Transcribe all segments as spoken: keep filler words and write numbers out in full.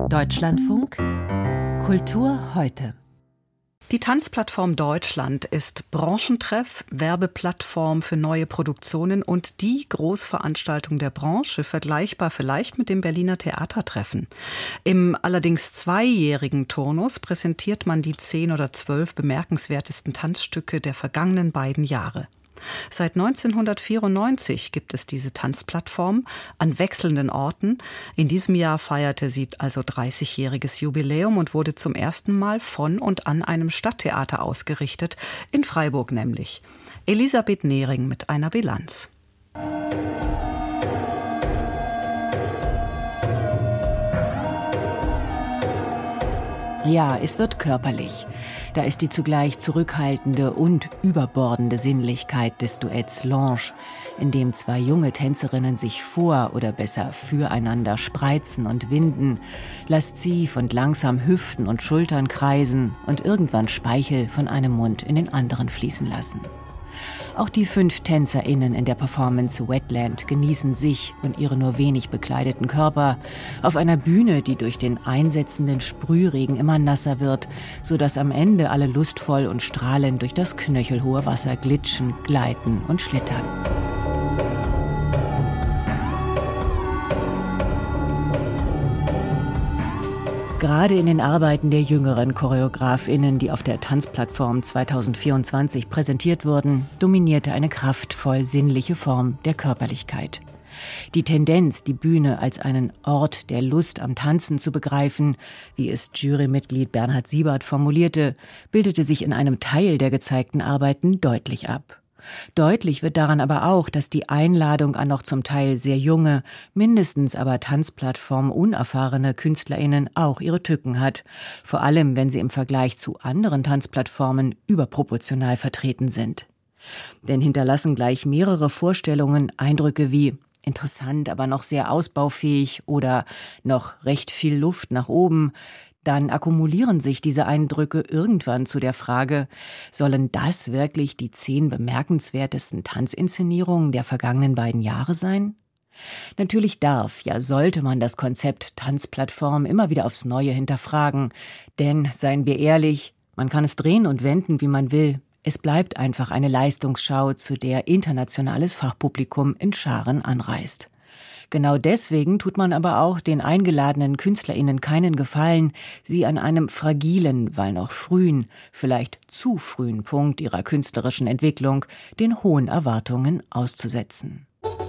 Deutschlandfunk Kultur heute. Die Tanzplattform Deutschland ist Branchentreff, Werbeplattform für neue Produktionen und die Großveranstaltung der Branche, vergleichbar vielleicht mit dem Berliner Theatertreffen. Im allerdings zweijährigen Turnus präsentiert man die zehn oder zwölf bemerkenswertesten Tanzstücke der vergangenen beiden Jahre. Seit neunzehnhundertvierundneunzig gibt es diese Tanzplattform an wechselnden Orten. In diesem Jahr feierte sie also dreißigjähriges Jubiläum und wurde zum ersten Mal von und an einem Stadttheater ausgerichtet, in Freiburg nämlich. Elisabeth Nehring mit einer Bilanz. Ja, es wird körperlich. Da ist die zugleich zurückhaltende und überbordende Sinnlichkeit des Duetts L'Ange, in dem zwei junge Tänzerinnen sich vor oder besser füreinander spreizen und winden, lasziv und langsam Hüften und Schultern kreisen und irgendwann Speichel von einem Mund in den anderen fließen lassen. Auch die fünf TänzerInnen in der Performance Wetland genießen sich und ihre nur wenig bekleideten Körper auf einer Bühne, die durch den einsetzenden Sprühregen immer nasser wird, sodass am Ende alle lustvoll und strahlend durch das knöchelhohe Wasser glitschen, gleiten und schlittern. Gerade in den Arbeiten der jüngeren ChoreografInnen, die auf der Tanzplattform zweitausendvierundzwanzig präsentiert wurden, dominierte eine kraftvoll sinnliche Form der Körperlichkeit. Die Tendenz, die Bühne als einen Ort der Lust am Tanzen zu begreifen, wie es Jurymitglied Bernhard Siebert formulierte, bildete sich in einem Teil der gezeigten Arbeiten deutlich ab. Deutlich wird daran aber auch, dass die Einladung an noch zum Teil sehr junge, mindestens aber Tanzplattform unerfahrene KünstlerInnen auch ihre Tücken hat, vor allem wenn sie im Vergleich zu anderen Tanzplattformen überproportional vertreten sind. Denn hinterlassen gleich mehrere Vorstellungen Eindrücke wie interessant, aber noch sehr ausbaufähig oder noch recht viel Luft nach oben, dann akkumulieren sich diese Eindrücke irgendwann zu der Frage, sollen das wirklich die zehn bemerkenswertesten Tanzinszenierungen der vergangenen beiden Jahre sein? Natürlich darf, ja sollte man das Konzept Tanzplattform immer wieder aufs Neue hinterfragen, denn, seien wir ehrlich, man kann es drehen und wenden, wie man will. Es bleibt einfach eine Leistungsschau, zu der internationales Fachpublikum in Scharen anreist. Genau deswegen tut man aber auch den eingeladenen KünstlerInnen keinen Gefallen, sie an einem fragilen, weil noch frühen, vielleicht zu frühen Punkt ihrer künstlerischen Entwicklung den hohen Erwartungen auszusetzen.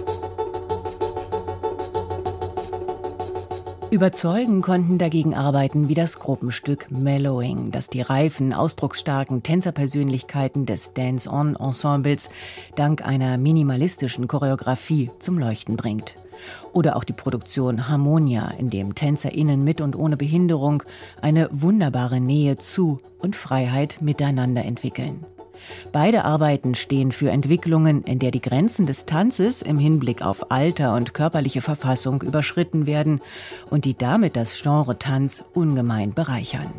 Überzeugen konnten dagegen Arbeiten wie das Gruppenstück Mellowing, das die reifen, ausdrucksstarken Tänzerpersönlichkeiten des Dance-On-Ensembles dank einer minimalistischen Choreografie zum Leuchten bringt. Oder auch die Produktion Harmonia, in dem TänzerInnen mit und ohne Behinderung eine wunderbare Nähe zu und Freiheit miteinander entwickeln. Beide Arbeiten stehen für Entwicklungen, in der die Grenzen des Tanzes im Hinblick auf Alter und körperliche Verfassung überschritten werden und die damit das Genre Tanz ungemein bereichern.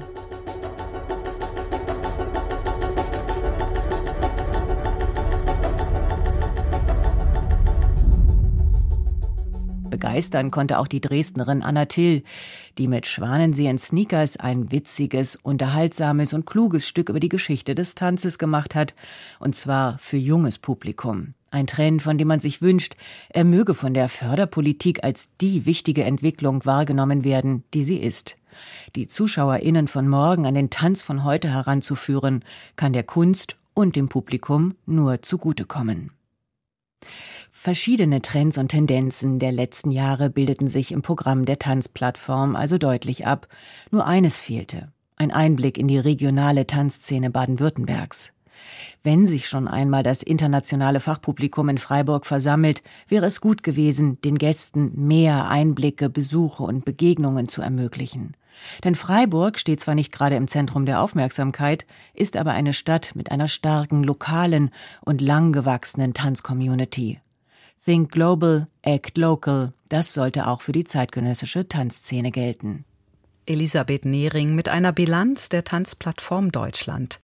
Begeistern konnte auch die Dresdnerin Anna Till, die mit Schwanensee in Sneakers ein witziges, unterhaltsames und kluges Stück über die Geschichte des Tanzes gemacht hat, und zwar für junges Publikum. Ein Trend, von dem man sich wünscht, er möge von der Förderpolitik als die wichtige Entwicklung wahrgenommen werden, die sie ist. Die ZuschauerInnen von morgen an den Tanz von heute heranzuführen, kann der Kunst und dem Publikum nur zugutekommen. Verschiedene Trends und Tendenzen der letzten Jahre bildeten sich im Programm der Tanzplattform also deutlich ab. Nur eines fehlte: ein Einblick in die regionale Tanzszene Baden-Württembergs. Wenn sich schon einmal das internationale Fachpublikum in Freiburg versammelt, wäre es gut gewesen, den Gästen mehr Einblicke, Besuche und Begegnungen zu ermöglichen. Denn Freiburg steht zwar nicht gerade im Zentrum der Aufmerksamkeit, ist aber eine Stadt mit einer starken lokalen und lang gewachsenen Tanzcommunity. Think Global, Act Local, das sollte auch für die zeitgenössische Tanzszene gelten. Elisabeth Nehring mit einer Bilanz der Tanzplattform Deutschland.